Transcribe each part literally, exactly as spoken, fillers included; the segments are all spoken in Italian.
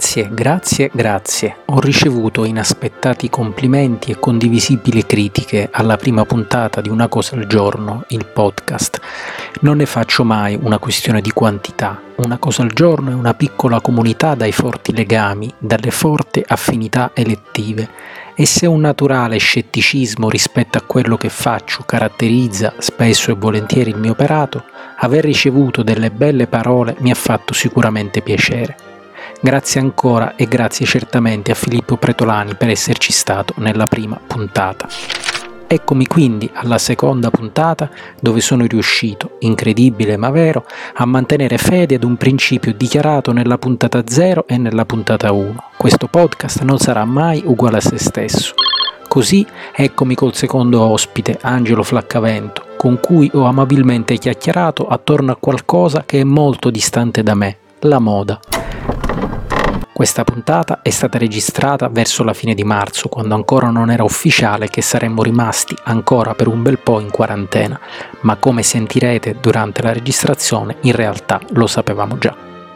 Grazie, grazie, grazie. Ho ricevuto inaspettati complimenti e condivisibili critiche alla prima puntata di Una cosa al giorno, il podcast. Non ne faccio mai una questione di quantità. Una cosa al giorno è una piccola comunità dai forti legami, dalle forti affinità elettive. E se un naturale scetticismo rispetto a quello che faccio caratterizza spesso e volentieri il mio operato, aver ricevuto delle belle parole mi ha fatto sicuramente piacere. Grazie ancora e grazie certamente a Filippo Pretolani per esserci stato nella prima puntata. Eccomi quindi alla seconda puntata dove sono riuscito, incredibile ma vero, a mantenere fede ad un principio dichiarato nella puntata zero e nella puntata uno. Questo podcast non sarà mai uguale a se stesso. Così eccomi col secondo ospite, Angelo Flaccavento, con cui ho amabilmente chiacchierato attorno a qualcosa che è molto distante da me, la moda. Questa puntata è stata registrata verso la fine di marzo, quando ancora non era ufficiale che saremmo rimasti ancora per un bel po' in quarantena, ma come sentirete durante la registrazione, in realtà lo sapevamo già.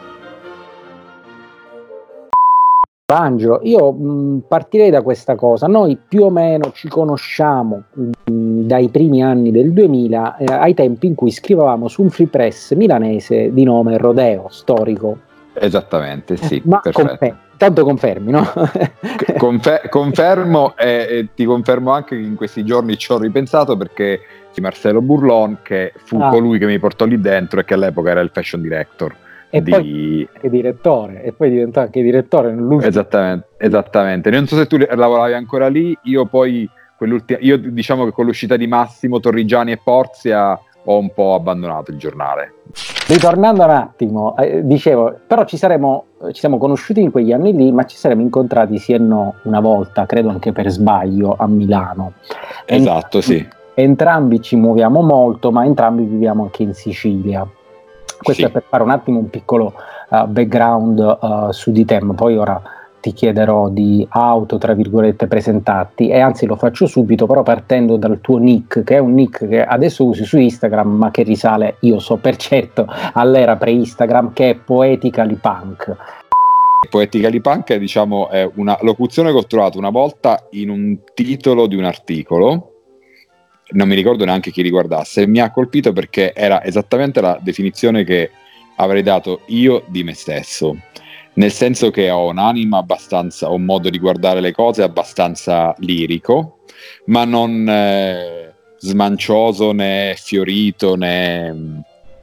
Angelo, io mh, partirei da questa cosa. Noi più o meno ci conosciamo mh, dai primi anni del duemila, eh, ai tempi in cui scrivevamo su un free press milanese di nome Rodeo, storico. Esattamente, sì, ma perfetto. Confer- tanto confermi, no? Confer- confermo e, e ti confermo anche che in questi giorni ci ho ripensato, perché di Marcelo Burlon, che fu ah. colui che mi portò lì dentro e che all'epoca era il fashion director. E di... poi anche direttore, e poi diventò anche direttore nell'ultimo. Esattamente, esattamente. Non so se tu lavoravi ancora lì, io poi quell'ultima, io diciamo che con l'uscita di Massimo Torrigiani e Porzia ho un po' abbandonato il giornale. Ritornando un attimo, eh, dicevo, però ci saremo, ci siamo conosciuti in quegli anni lì, ma ci saremo incontrati sì e no una volta, credo anche per sbaglio, a Milano. Esatto, Ent- sì. Entrambi ci muoviamo molto, ma entrambi viviamo anche in Sicilia. Questo sì. è per fare un attimo un piccolo uh, background uh, su di te, ma poi ora ti chiederò di auto, tra virgolette, presentarti, e anzi lo faccio subito, però partendo dal tuo nick, che è un nick che adesso usi su Instagram, ma che risale, io so per certo, all'era pre-Instagram, che è Poetically Punk. Poetically Punk è, diciamo, è una locuzione che ho trovato una volta in un titolo di un articolo, non mi ricordo neanche chi riguardasse, mi ha colpito perché era esattamente la definizione che avrei dato io di me stesso. Nel senso che ho un'anima abbastanza, ho un modo di guardare le cose abbastanza lirico, ma non eh, smancioso né fiorito né mh,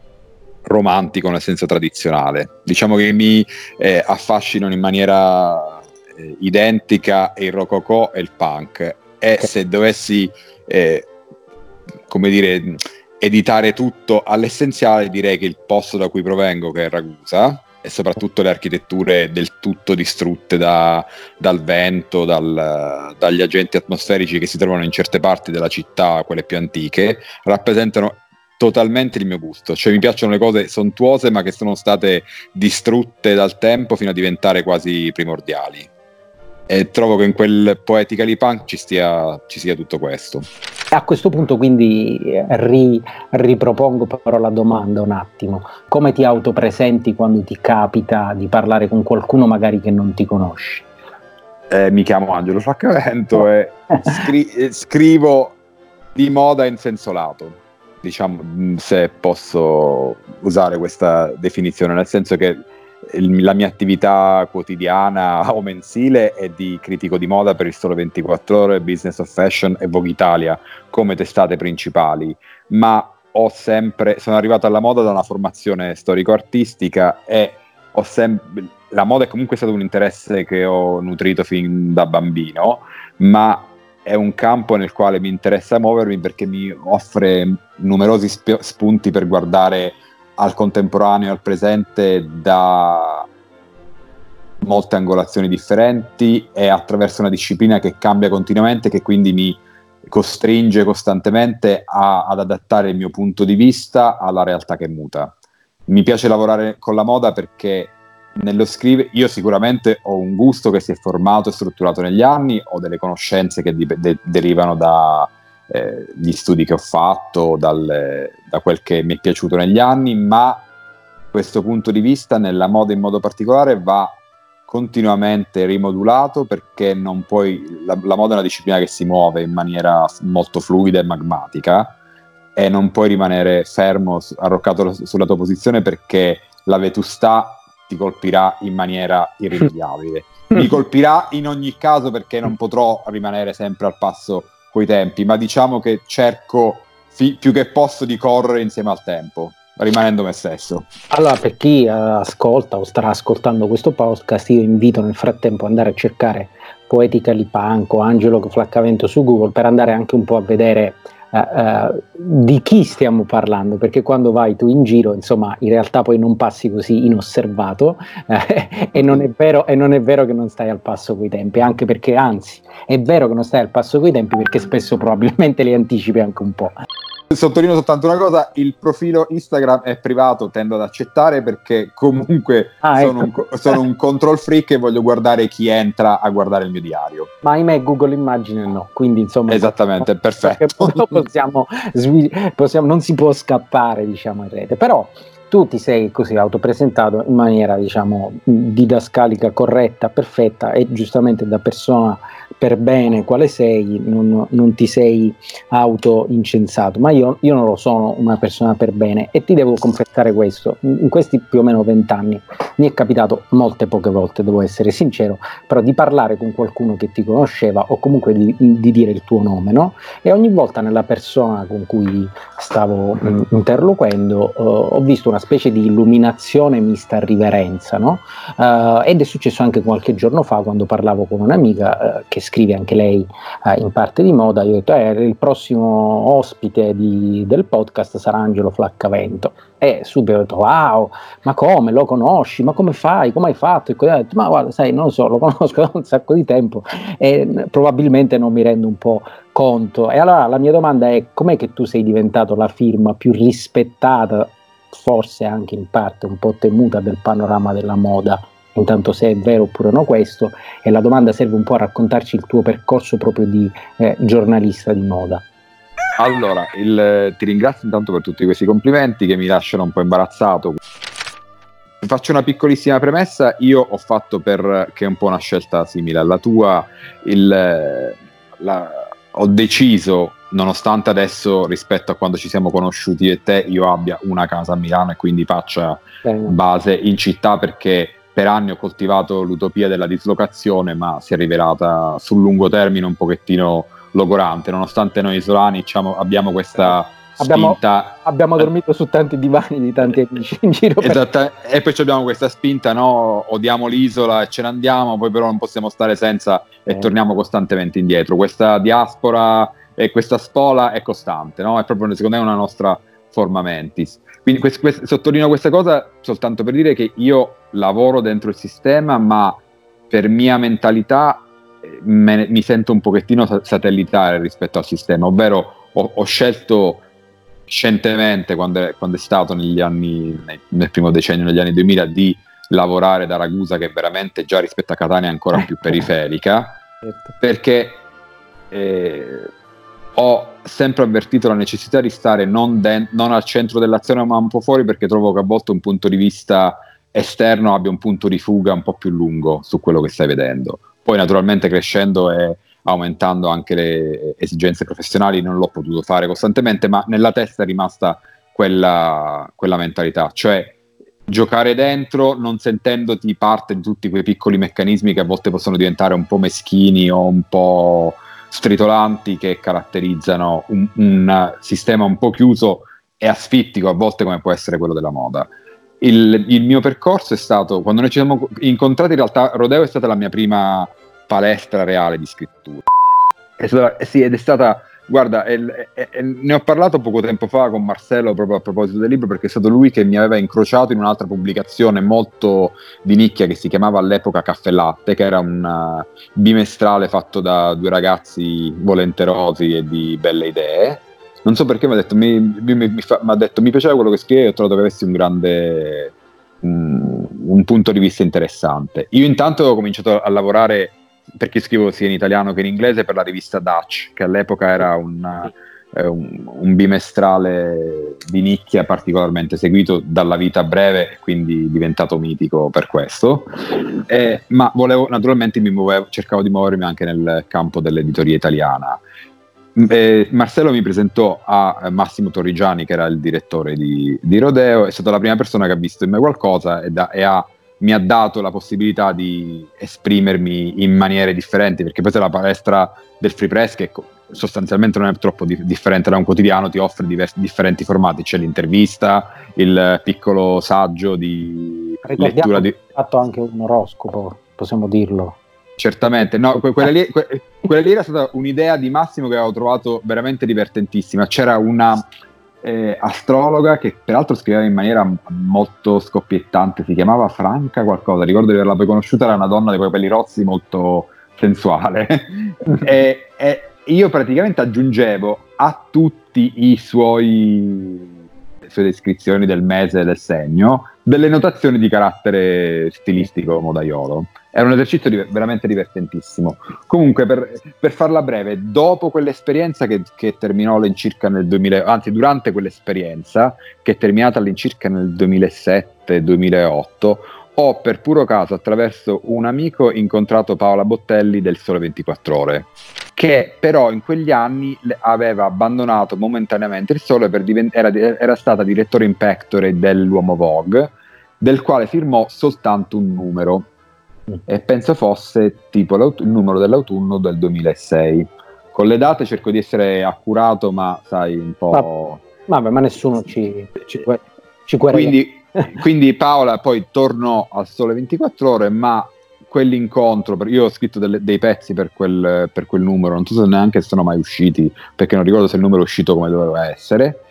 romantico nel senso tradizionale. Diciamo che mi eh, affascinano in maniera eh, identica il rococò e il punk. E se dovessi, eh, come dire, editare tutto all'essenziale, direi che il posto da cui provengo, che è Ragusa, e soprattutto le architetture del tutto distrutte da, dal vento, dal, dagli agenti atmosferici che si trovano in certe parti della città, quelle più antiche, rappresentano totalmente il mio gusto. Cioè mi piacciono le cose sontuose ma che sono state distrutte dal tempo fino a diventare quasi primordiali, e trovo che in quel Poetically Punk ci stia, ci sia tutto questo. A questo punto quindi ri, ripropongo però la domanda un attimo: come ti autopresenti quando ti capita di parlare con qualcuno magari che non ti conosci? Eh, mi chiamo Angelo Flaccavento oh. e scri- scrivo di moda in senso lato, diciamo, se posso usare questa definizione, nel senso che il, la mia attività quotidiana o mensile è di critico di moda per il Sole ventiquattro Ore, Business of Fashion e Vogue Italia come testate principali, ma ho sempre, sono arrivato alla moda da una formazione storico-artistica e ho sempre, la moda è comunque stato un interesse che ho nutrito fin da bambino, ma è un campo nel quale mi interessa muovermi perché mi offre numerosi sp- spunti per guardare al contemporaneo, al presente, da molte angolazioni differenti e attraverso una disciplina che cambia continuamente, che quindi mi costringe costantemente a, ad adattare il mio punto di vista alla realtà che muta. Mi piace lavorare con la moda perché nello scrivere, io sicuramente ho un gusto che si è formato e strutturato negli anni, ho delle conoscenze che di, de, derivano da Eh, gli studi che ho fatto, dal, da quel che mi è piaciuto negli anni, ma questo punto di vista nella moda in modo particolare va continuamente rimodulato, perché non puoi, la, la moda è una disciplina che si muove in maniera molto fluida e magmatica, e non puoi rimanere fermo, arroccato sulla tua posizione, perché la vetustà ti colpirà in maniera irrimediabile. Mi colpirà in ogni caso, perché non potrò rimanere sempre al passo coi tempi, ma diciamo che cerco fi- più che posso di correre insieme al tempo, rimanendo me stesso. Allora, per chi uh, ascolta o starà ascoltando questo podcast, io invito nel frattempo ad andare a cercare Poetically Punk o Angelo Flaccavento su Google, per andare anche un po' a vedere uh, uh, di chi stiamo parlando, perché quando vai tu in giro, insomma, in realtà poi non passi così inosservato, eh, e non è vero, e non è vero che non stai al passo coi tempi, anche perché, anzi, è vero che non stai al passo coi tempi, perché spesso probabilmente li anticipi anche un po'. Sottolineo soltanto una cosa: il profilo Instagram è privato, tendo ad accettare, perché comunque ah, sono, ecco. un, sono un control freak e voglio guardare chi entra a guardare il mio diario. Ma ahimè Google Immagine no, quindi insomma... Esattamente, perfetto. Possiamo, possiamo, non si può scappare, diciamo, in rete, però tu ti sei così autopresentato in maniera, diciamo, didascalica, corretta, perfetta, e giustamente da persona per bene quale sei, non, non ti sei auto-incensato, ma io, io non lo sono una persona per bene, e ti devo confessare questo: in questi più o meno vent'anni mi è capitato molte poche volte, devo essere sincero, però di parlare con qualcuno che ti conosceva, o comunque di, di dire il tuo nome, no? E ogni volta nella persona con cui stavo mh, interloquendo uh, ho visto una specie di illuminazione mista a riverenza, no? Uh, ed è successo anche qualche giorno fa, quando parlavo con un'amica uh, che scrive anche lei uh, in parte di moda. Io ho detto, eh, il prossimo ospite di, del podcast sarà Angelo Flaccavento, e subito ho detto, wow, ma come, lo conosci, ma come fai, come hai fatto? E ho detto, ma guarda, sai, non lo so, lo conosco da un sacco di tempo e probabilmente non mi rendo un po' conto. E allora la mia domanda è: com'è che tu sei diventato la firma più rispettata, forse anche in parte un po' temuta, del panorama della moda? Intanto, se è vero oppure no questo, e la domanda serve un po' a raccontarci il tuo percorso proprio di eh, giornalista di moda. Allora, il, ti ringrazio intanto per tutti questi complimenti che mi lasciano un po' imbarazzato. Faccio una piccolissima premessa: io ho fatto, per che è un po' una scelta simile alla tua, il, la, ho deciso, nonostante adesso, rispetto a quando ci siamo conosciuti e te, io abbia una casa a Milano e quindi faccia base in città, perché per anni ho coltivato l'utopia della dislocazione, ma si è rivelata sul lungo termine un pochettino logorante, nonostante noi isolani, diciamo, abbiamo questa abbiamo, spinta. Abbiamo dormito su tanti divani di tanti amici in giro. Esatta, per... E poi abbiamo questa spinta, no? Odiamo l'isola e ce ne andiamo, poi però non possiamo stare senza e eh. torniamo costantemente indietro. Questa diaspora e questa spola è costante, no? È proprio, secondo me, una nostra forma mentis. Quindi quest, quest, sottolineo questa cosa soltanto per dire che io lavoro dentro il sistema, ma per mia mentalità me, mi sento un pochettino satellitare rispetto al sistema, ovvero ho, ho scelto scientemente, quando è, quando è stato negli anni, nel primo decennio, negli anni duemila, di lavorare da Ragusa, che veramente già rispetto a Catania è ancora più periferica, perché eh, ho sempre avvertito la necessità di stare non, de- non al centro dell'azione, ma un po' fuori, perché trovo che a volte un punto di vista esterno abbia un punto di fuga un po' più lungo su quello che stai vedendo. Poi naturalmente, crescendo e aumentando anche le esigenze professionali, non l'ho potuto fare costantemente, ma nella testa è rimasta quella, quella mentalità, cioè giocare dentro non sentendoti parte di tutti quei piccoli meccanismi che a volte possono diventare un po' meschini o un po' stritolanti, che caratterizzano un, un sistema un po' chiuso e asfittico a volte, come può essere quello della moda. Il, il mio percorso è stato, quando noi ci siamo incontrati, in realtà Rodeo è stata la mia prima palestra reale di scrittura. È stata, sì, ed è stata, guarda, è, è, è, ne ho parlato poco tempo fa con Marcello proprio a proposito del libro, perché è stato lui che mi aveva incrociato in un'altra pubblicazione molto di nicchia che si chiamava all'epoca Caffè Latte, che era un uh, bimestrale fatto da due ragazzi volenterosi e di belle idee. Non so perché mi ha detto, mi, mi, mi, mi, fa, mi ha detto mi piaceva quello che scrivevi, ho trovato che avessi un grande un, un punto di vista interessante. Io intanto ho cominciato a lavorare, perché scrivo sia in italiano che in inglese, per la rivista Dutch, che all'epoca era una, eh, un, un bimestrale di nicchia particolarmente seguito dalla Vita Breve, quindi diventato mitico per questo, eh, ma volevo, naturalmente mi muovevo, cercavo di muovermi anche nel campo dell'editoria italiana. Eh, Marcello mi presentò a Massimo Torrigiani, che era il direttore di, di Rodeo. È stata la prima persona che ha visto in me qualcosa e, da, e ha, mi ha dato la possibilità di esprimermi in maniere differenti, perché poi se la palestra del Free Press, che sostanzialmente non è troppo di, differente da un quotidiano, ti offre diversi, differenti formati. C'è l'intervista, il piccolo saggio di Ricordiamo lettura di... ha fatto anche un oroscopo, possiamo dirlo. Certamente, no, que- quella, lì, que- quella lì era stata un'idea di Massimo che avevo trovato veramente divertentissima. C'era una eh, astrologa che peraltro scriveva in maniera molto scoppiettante, si chiamava Franca qualcosa, ricordo di averla poi conosciuta, era una donna dei capelli rossi molto sensuale e, e io praticamente aggiungevo a tutti i suoi le sue descrizioni del mese e del segno delle notazioni di carattere stilistico modaiolo. Era un esercizio di, veramente divertentissimo. Comunque, per, per farla breve, dopo quell'esperienza che, che terminò all'incirca nel duemila, anzi durante quell'esperienza che è terminata all'incirca nel duemilasette duemilaotto, ho per puro caso, attraverso un amico, incontrato Paola Bottelli del Sole ventiquattro Ore, che però in quegli anni aveva abbandonato momentaneamente il Sole per divent- era, era stata direttore in pectore dell'Uomo Vogue, del quale firmò soltanto un numero, e penso fosse tipo il numero dell'autunno del duemilasei. Con le date cerco di essere accurato, ma sai, un po'... Vabbè, ma nessuno ci, ci, ci querela. Quindi, quindi Paola poi tornò al Sole ventiquattro Ore, ma quell'incontro, io ho scritto delle, dei pezzi per quel, per quel numero, non so se neanche sono mai usciti, perché non ricordo se il numero è uscito come doveva essere,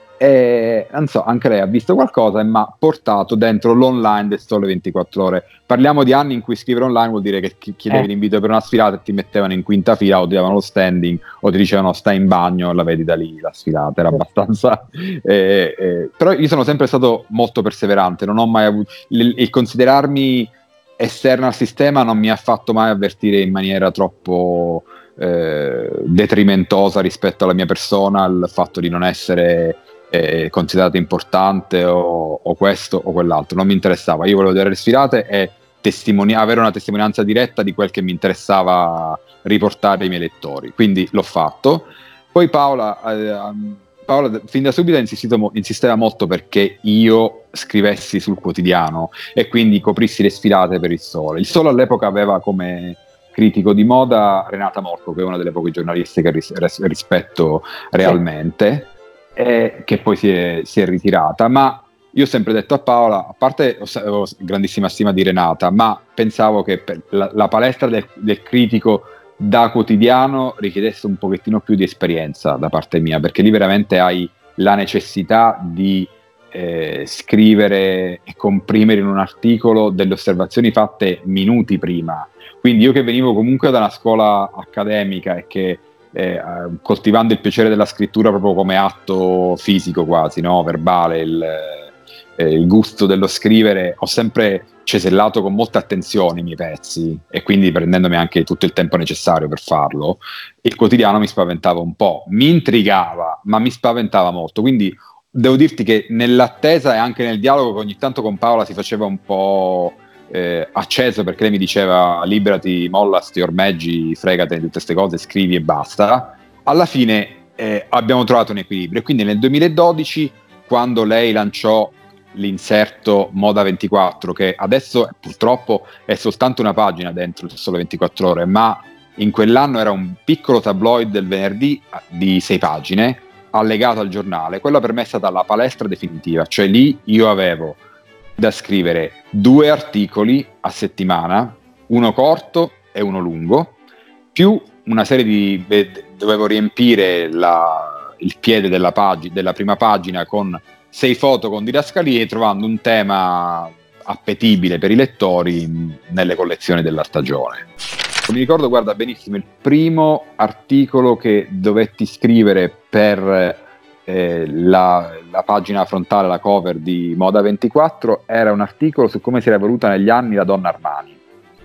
e non so, anche lei ha visto qualcosa e mi ha portato dentro l'online del Sole ventiquattro Ore. Parliamo di anni in cui scrivere online vuol dire che chiedevi eh. l'invito per una sfilata e ti mettevano in quinta fila o ti davano lo standing o ti dicevano stai in bagno e la vedi da lì la sfilata, era abbastanza eh, eh, però io sono sempre stato molto perseverante, non ho mai avuto il, il considerarmi esterno al sistema non mi ha fatto mai avvertire in maniera troppo eh, detrimentosa rispetto alla mia persona il fatto di non essere eh, considerata importante o, o questo o quell'altro, non mi interessava, io volevo vedere le sfilate e testimoni- avere una testimonianza diretta di quel che mi interessava riportare ai miei lettori, quindi l'ho fatto. Poi Paola eh, Paola fin da subito ha insistito, insisteva molto perché io scrivessi sul quotidiano e quindi coprissi le sfilate per il Sole. Il Sole all'epoca aveva come critico di moda Renata Morco, che è una delle poche giornaliste che ris- ris- rispetto realmente, sì. e che poi si è, si è ritirata, ma io ho sempre detto a Paola, a parte ho, ho grandissima stima di Renata, ma pensavo che per la, la palestra del, del critico da quotidiano richiedesse un pochettino più di esperienza da parte mia, perché lì veramente hai la necessità di eh, scrivere e comprimere in un articolo delle osservazioni fatte minuti prima. Quindi io che venivo comunque da una scuola accademica e che eh, coltivando il piacere della scrittura proprio come atto fisico quasi, no? Verbale, il, eh, il gusto dello scrivere, ho sempre cesellato con molta attenzione i miei pezzi e quindi prendendomi anche tutto il tempo necessario per farlo. Il quotidiano mi spaventava un po', mi intrigava, ma mi spaventava molto, quindi devo dirti che nell'attesa e anche nel dialogo che ogni tanto con Paola si faceva un po' eh, acceso, perché lei mi diceva liberati, mollati, ormeggi, fregate di tutte queste cose, scrivi e basta, alla fine eh, abbiamo trovato un equilibrio e quindi nel duemiladodici, quando lei lanciò l'inserto Moda ventiquattro, che adesso purtroppo è soltanto una pagina dentro il Sole ventiquattro Ore, ma in quell'anno era un piccolo tabloid del venerdì di sei pagine allegato al giornale. Quella per me è stata la palestra definitiva, cioè lì io avevo da scrivere due articoli a settimana, uno corto e uno lungo, più una serie di dovevo riempire la, il piede della, pag- della prima pagina con sei foto con didascalie, trovando un tema appetibile per i lettori nelle collezioni della stagione. Mi ricordo, guarda benissimo, il primo articolo che dovetti scrivere per eh, la, la pagina frontale, la cover di Moda ventiquattro, era un articolo su come si era evoluta negli anni la donna Armani.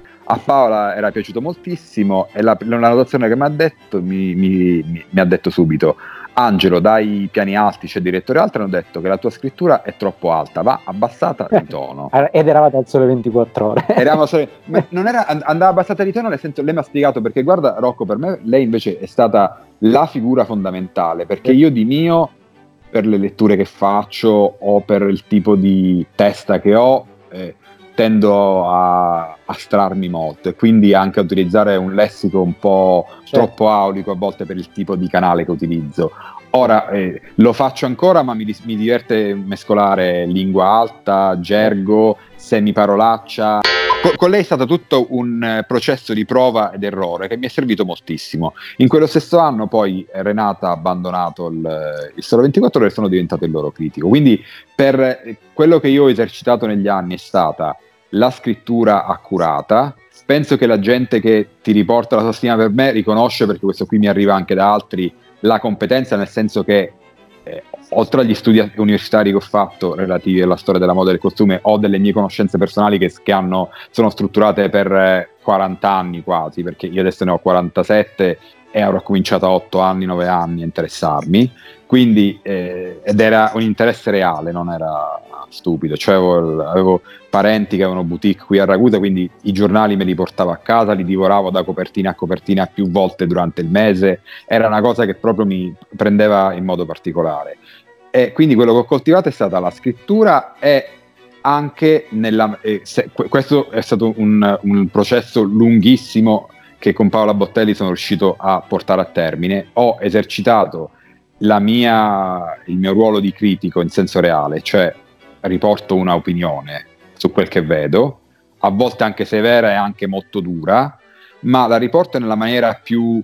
A Paola era piaciuto moltissimo e la, la notazione che mi ha detto mi, mi, mi, mi ha detto subito: Angelo, dai piani alti, cioè direttore alto, hanno detto che la tua scrittura è troppo alta, va abbassata di tono. Ed eravate al Sole ventiquattro Ore. Eravamo sole... Ma non era, andava abbassata di tono, nel senso, lei mi ha spiegato, perché guarda Rocco, per me lei invece è stata la figura fondamentale, perché io di mio, per le letture che faccio o per il tipo di testa che ho, eh, tendo a astrarmi molto e quindi anche a utilizzare un lessico un po' certo. troppo aulico a volte per il tipo di canale che utilizzo. Ora eh, lo faccio ancora, ma mi, mi diverte mescolare lingua alta, gergo, semiparolaccia. Con, con lei è stato tutto un eh, processo di prova ed errore che mi è servito moltissimo. In quello stesso anno poi Renata ha abbandonato il, il Sole ventiquattro Ore e sono diventato il loro critico. Quindi per quello che io ho esercitato negli anni è stata la scrittura accurata. Penso che la gente che ti riporta la sua stima per me riconosce, perché questo qui mi arriva anche da altri, la competenza, nel senso che eh, oltre agli studi universitari che ho fatto relativi alla storia della moda e del costume, ho delle mie conoscenze personali che, che hanno, sono strutturate per eh, quaranta anni quasi, perché io adesso ne ho quarantasette e avrò cominciato a otto anni, nove anni a interessarmi, quindi eh, ed era un interesse reale, non era stupido, cioè avevo, avevo parenti che avevano boutique qui a Ragusa, quindi i giornali me li portavo a casa, li divoravo da copertina a copertina più volte durante il mese, era una cosa che proprio mi prendeva in modo particolare, e quindi quello che ho coltivato è stata la scrittura e anche nella eh, se, questo è stato un, un processo lunghissimo che con Paola Bottelli sono riuscito a portare a termine. Ho esercitato la mia, il mio ruolo di critico in senso reale, cioè riporto una opinione su quel che vedo, a volte anche severa e anche molto dura, ma la riporto nella maniera più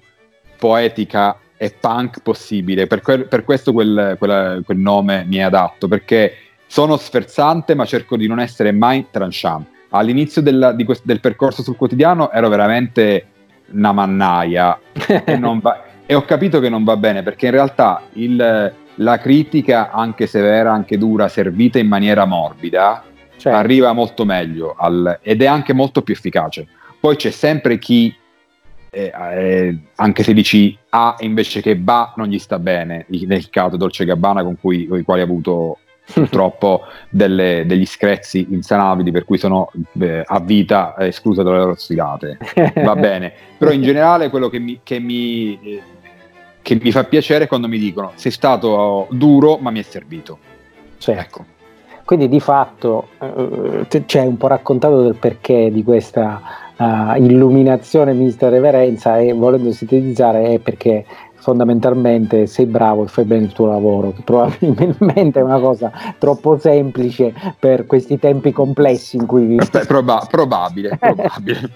poetica e punk possibile. Per, quel, per questo quel, quel, quel nome mi è adatto, perché sono sferzante ma cerco di non essere mai tranchant. All'inizio della, di quest, del percorso sul quotidiano ero veramente una mannaia e, non va, e ho capito che non va bene, perché in realtà il, la critica, anche severa, anche dura, servita in maniera morbida, certo. arriva molto meglio al, ed è anche molto più efficace. Poi c'è sempre chi eh, eh, anche se dici A invece che ba non gli sta bene, nel caso Dolce Gabbana, con cui con i quali ho avuto purtroppo delle, degli screzi insanabili, per cui sono eh, a vita eh, esclusa dalle loro sfilate. Va bene, però in generale quello che mi, che mi eh, che mi fa piacere è quando mi dicono sei stato duro ma mi è servito. Certo. Ecco. Quindi di fatto eh, ci hai un po' raccontato del perché di questa uh, illuminazione mista reverenza, e volendo sintetizzare è perché fondamentalmente sei bravo e fai bene il tuo lavoro, che probabilmente è una cosa troppo semplice per questi tempi complessi in cui vivi. Proba- probabile, probabile.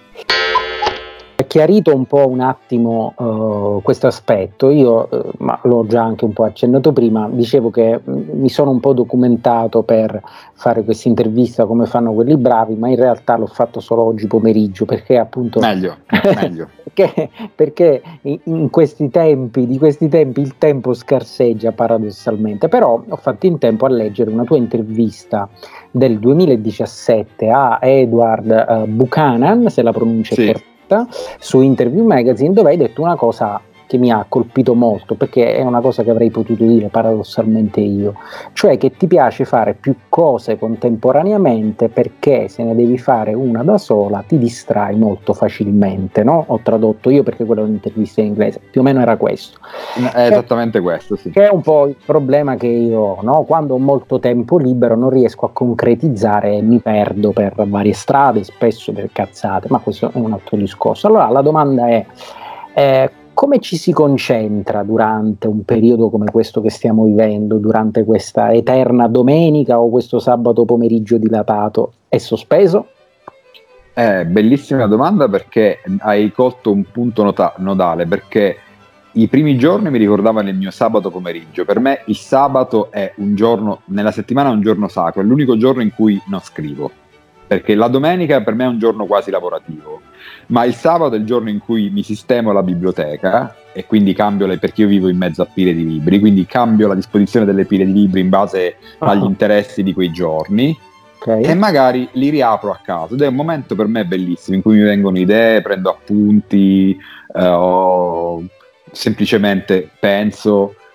Chiarito un po' un attimo uh, questo aspetto, io uh, ma l'ho già anche un po' accennato prima, dicevo che mh, mi sono un po' documentato per fare questa intervista come fanno quelli bravi, ma in realtà l'ho fatto solo oggi pomeriggio, perché appunto meglio, meglio. perché, perché in, in questi tempi, di questi tempi il tempo scarseggia paradossalmente, però ho fatto in tempo a leggere una tua intervista del duemiladiciassette a Edward uh, Buchanan, se la pronuncia sì. è corretta, su Interview Magazine, dove hai detto una cosa che mi ha colpito molto, perché è una cosa che avrei potuto dire paradossalmente io, cioè che ti piace fare più cose contemporaneamente perché se ne devi fare una da sola ti distrai molto facilmente, no? Ho tradotto io perché quella è un'intervista in inglese, più o meno era questo. È esattamente questo, sì. Che è un po' il problema che io ho, no? Quando ho molto tempo libero non riesco a concretizzare e mi perdo per varie strade, spesso per cazzate, ma questo è un altro discorso. Allora la domanda è eh, come ci si concentra durante un periodo come questo che stiamo vivendo, durante questa eterna domenica o questo sabato pomeriggio dilatato e sospeso? Eh, bellissima domanda, perché hai colto un punto nota- nodale, perché i primi giorni mi ricordavano il mio sabato pomeriggio. Per me il sabato è un giorno, nella settimana è un giorno sacro, è l'unico giorno in cui non scrivo, perché la domenica per me è un giorno quasi lavorativo, ma il sabato è il giorno in cui mi sistemo la biblioteca e quindi cambio le, perché io vivo in mezzo a pile di libri, quindi cambio la disposizione delle pile di libri in base agli interessi di quei giorni. Okay. E magari li riapro a caso, ed è un momento per me bellissimo in cui mi vengono idee, prendo appunti, eh, o semplicemente penso.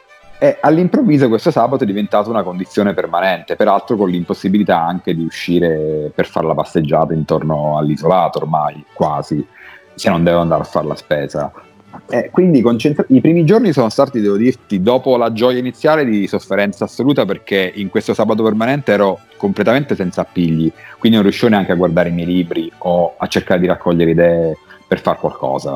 E all'improvviso questo sabato è diventato una condizione permanente, peraltro con l'impossibilità anche di uscire per fare la passeggiata intorno all'isolato, ormai quasi, se non devo andare a fare la spesa. Eh, quindi concentra- i primi giorni sono stati, devo dirti, dopo la gioia iniziale, di sofferenza assoluta, perché in questo sabato permanente ero completamente senza appigli, quindi non riuscivo neanche a guardare i miei libri o a cercare di raccogliere idee per fare qualcosa.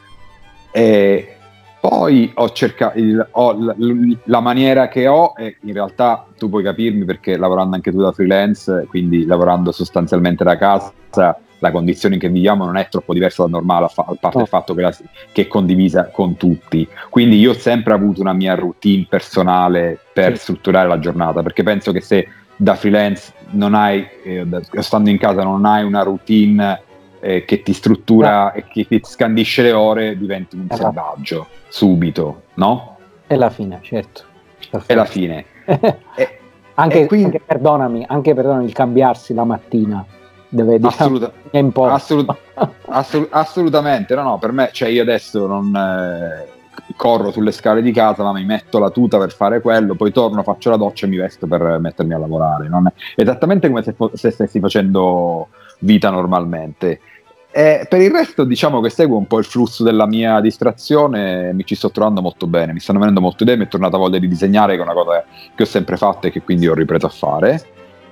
E poi ho cercato il, ho, la, la maniera che ho, e in realtà tu puoi capirmi perché lavorando anche tu da freelance, quindi lavorando sostanzialmente da casa, la condizione in che viviamo non è troppo diversa dal normale, a, fa- a parte No. il fatto che, la, che è condivisa con tutti. Quindi io ho sempre avuto una mia routine personale per Sì. strutturare la giornata, perché penso che se da freelance non hai, eh, stando in casa non hai una routine eh, che ti struttura no. e che ti scandisce le ore, diventi un Esatto. selvaggio subito, no? È la fine, certo. È la fine. e, anche, e quindi, anche, perdonami, anche perdonami, il cambiarsi la mattina deve, diciamo, assoluta, assolut, assolut, assolutamente, no, no, per me, cioè io adesso non eh, corro sulle scale di casa, ma mi metto la tuta per fare quello, poi torno, faccio la doccia e mi vesto per mettermi a lavorare. Non è esattamente come se, se stessi facendo vita normalmente. E per il resto, diciamo che seguo un po' il flusso della mia distrazione, mi ci sto trovando molto bene, mi stanno venendo molte idee, mi è tornata voglia di disegnare, che è una cosa che ho sempre fatto e che quindi ho ripreso a fare.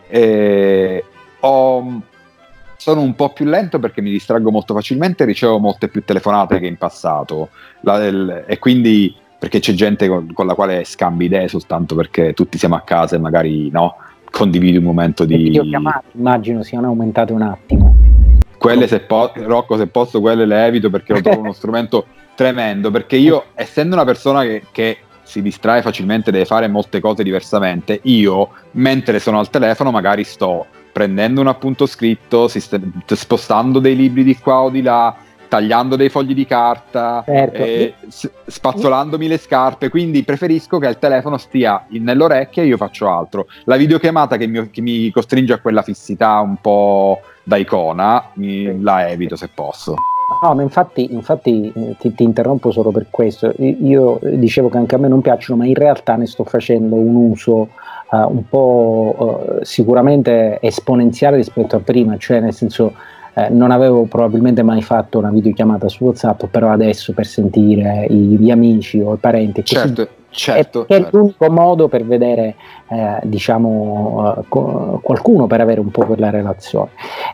E ho, sono un po' più lento perché mi distraggo molto facilmente, ricevo molte più telefonate che in passato, la, il, e quindi perché c'è gente con, con la quale scambi idee soltanto perché tutti siamo a casa e magari no, condividi un momento di... Le videochiamate immagino siano aumentate un attimo. Quelle se po- Rocco, se posso, quelle le evito perché lo trovo uno strumento tremendo, perché io, essendo una persona che, che si distrae facilmente, deve fare molte cose diversamente, io mentre sono al telefono magari sto prendendo un appunto scritto, st- spostando dei libri di qua o di là, tagliando dei fogli di carta, certo. eh, spazzolandomi le scarpe, quindi preferisco che il telefono stia nell'orecchia e io faccio altro. La videochiamata che mi, che mi costringe a quella fissità un po' da icona, mi, la evito se posso. No, ma infatti, infatti ti, ti interrompo solo per questo. Io dicevo che anche a me non piacciono, ma in realtà ne sto facendo un uso uh, un po' uh, sicuramente esponenziale rispetto a prima, cioè nel senso eh, non avevo probabilmente mai fatto una videochiamata su WhatsApp, però adesso per sentire i, gli amici o i parenti, certo, così, certo, è, certo. è l'unico modo per vedere eh, diciamo uh, co- qualcuno, per avere un po' quella relazione.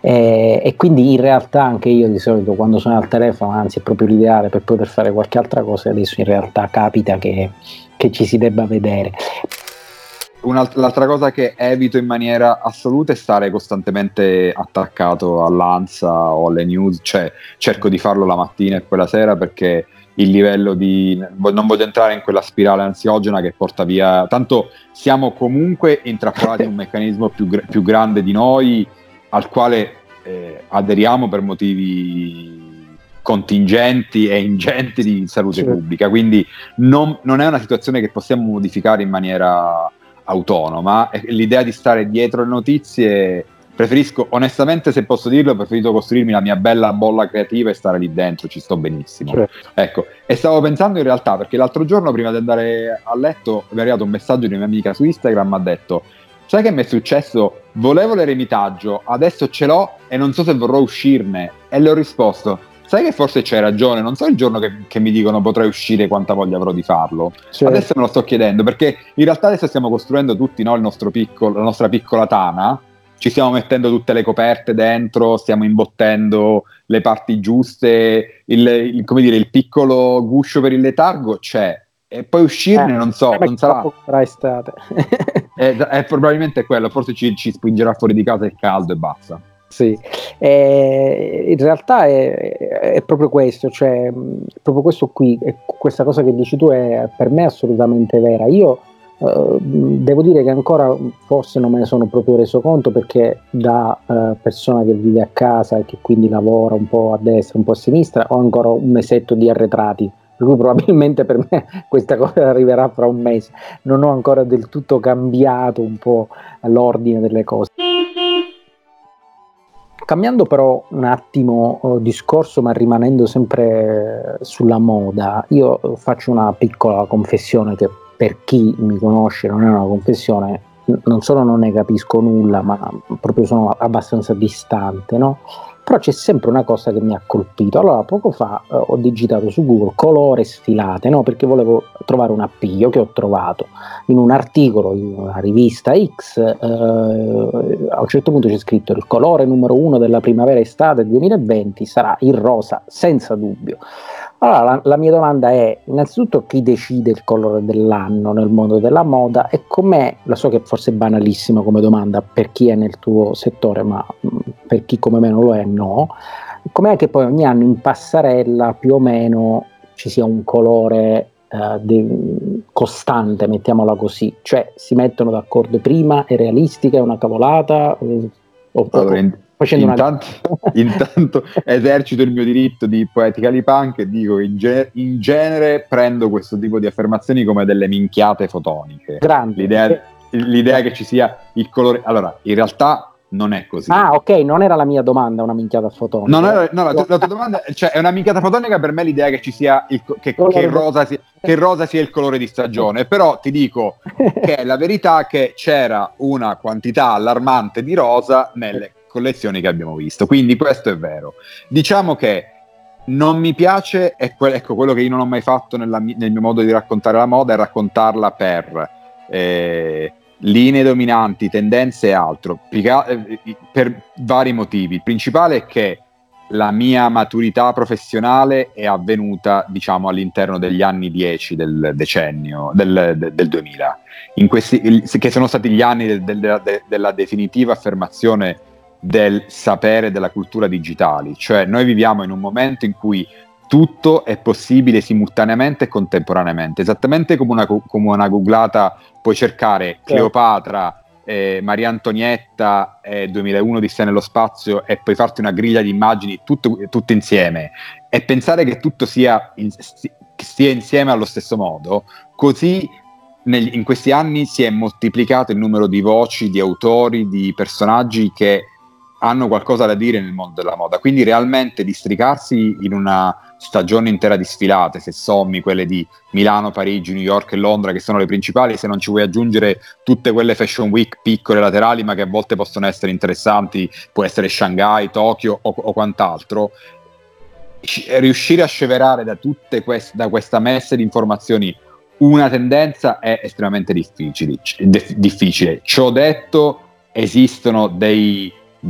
E, e quindi in realtà anche io di solito quando sono al telefono, anzi è proprio l'ideale per poter fare qualche altra cosa, adesso in realtà capita che, che ci si debba vedere. Un'altra, l'altra cosa che evito in maniera assoluta è stare costantemente attaccato all'Ansa o alle news, cioè cerco di farlo la mattina e poi la sera, perché il livello di... non voglio entrare in quella spirale ansiogena che porta via, tanto siamo comunque intrappolati in un meccanismo più, più grande di noi, al quale eh, aderiamo per motivi contingenti e ingenti di salute Sì. pubblica, quindi non, non è una situazione che possiamo modificare in maniera autonoma. L'idea di stare dietro le notizie, preferisco, onestamente, se posso dirlo, ho preferito costruirmi la mia bella bolla creativa e stare lì dentro, ci sto benissimo. Certo. Ecco, e stavo pensando in realtà, perché l'altro giorno prima di andare a letto mi è arrivato un messaggio di una mia amica su Instagram, mi ha detto: sai che mi è successo? Volevo l'eremitaggio, adesso ce l'ho e non so se vorrò uscirne. E le ho risposto: sai che forse c'hai ragione, non so il giorno che, che mi dicono potrai uscire quanta voglia avrò di farlo. Certo. Adesso me lo sto chiedendo, perché in realtà adesso stiamo costruendo tutti, no, il nostro piccolo, la nostra piccola tana, ci stiamo mettendo tutte le coperte dentro, stiamo imbottendo le parti giuste, il, il, come dire, il piccolo guscio per il letargo c'è, e poi uscirne eh, non so, non sarà... sarà estate. è, è probabilmente quello, forse ci, ci spingerà fuori di casa il caldo e basta. Sì, eh, in realtà è, è proprio questo, cioè proprio questo qui, questa cosa che dici tu è per me assolutamente vera. Io eh, devo dire che ancora forse non me ne sono proprio reso conto, perché da eh, persona che vive a casa e che quindi lavora un po' a destra, un po' a sinistra, ho ancora un mesetto di arretrati, per cui probabilmente per me questa cosa arriverà fra un mese. Non ho ancora del tutto cambiato un po' l'ordine delle cose. Cambiando però un attimo oh, discorso, ma rimanendo sempre sulla moda, io faccio una piccola confessione che per chi mi conosce non è una confessione, non solo non ne capisco nulla, ma proprio sono abbastanza distante, no? Però c'è sempre una cosa che mi ha colpito. Allora, poco fa eh, ho digitato su Google colore sfilate, no? Perché volevo trovare un appiglio che ho trovato in un articolo in una rivista X. Eh, a un certo punto c'è scritto: il colore numero uno della primavera-estate duemilaventi sarà il rosa, senza dubbio. Allora, la, la mia domanda è, innanzitutto, chi decide il colore dell'anno nel mondo della moda, e com'è, lo so che forse è banalissima come domanda per chi è nel tuo settore, ma mh, per chi come me non lo è, no, com'è che poi ogni anno in passerella più o meno ci sia un colore eh, de- costante, mettiamola così, cioè si mettono d'accordo prima, è realistica, è una cavolata, eh, o, allora, in, facendo intanto, una... intanto esercito il mio diritto di poetically punk e dico in, ge- in genere prendo questo tipo di affermazioni come delle minchiate fotoniche. Grande. L'idea, l'idea che ci sia il colore, allora in realtà non è così. Ah, ok, non era la mia domanda una minchiata fotonica. Non era, no, la, tua, la tua domanda, cioè è una minchiata fotonica per me l'idea che ci sia il, che, che, il rosa sia, che il rosa sia il colore di stagione, però ti dico che è la verità che c'era una quantità allarmante di rosa nelle collezioni che abbiamo visto, quindi questo è vero. Diciamo che non mi piace, è que- ecco, quello che io non ho mai fatto nella, nel mio modo di raccontare la moda è raccontarla per eh, linee dominanti, tendenze e altro, per vari motivi. Il principale è che la mia maturità professionale è avvenuta, diciamo, all'interno degli anni dieci del decennio, del, del, del duemila, in questi, che sono stati gli anni del, del, de, della definitiva affermazione del sapere della cultura digitali. Cioè noi viviamo in un momento in cui tutto è possibile simultaneamente e contemporaneamente, esattamente come una, come una googlata puoi cercare Cleopatra, eh, Maria Antonietta, eh, duemilauno Odissea nello spazio, e poi farti una griglia di immagini tutto, tutte insieme e pensare che tutto sia, in, sia insieme allo stesso modo. Così nel, in questi anni si è moltiplicato il numero di voci, di autori, di personaggi che hanno qualcosa da dire nel mondo della moda, quindi realmente districarsi in una stagione intera di sfilate, se sommi quelle di Milano, Parigi, New York e Londra, che sono le principali, se non ci vuoi aggiungere tutte quelle fashion week piccole laterali ma che a volte possono essere interessanti, può essere Shanghai, Tokyo o, o quant'altro, riuscire a sceverare da tutte queste, da questa messe di informazioni una tendenza è estremamente difficile. difficile. Ciò detto, esistono dei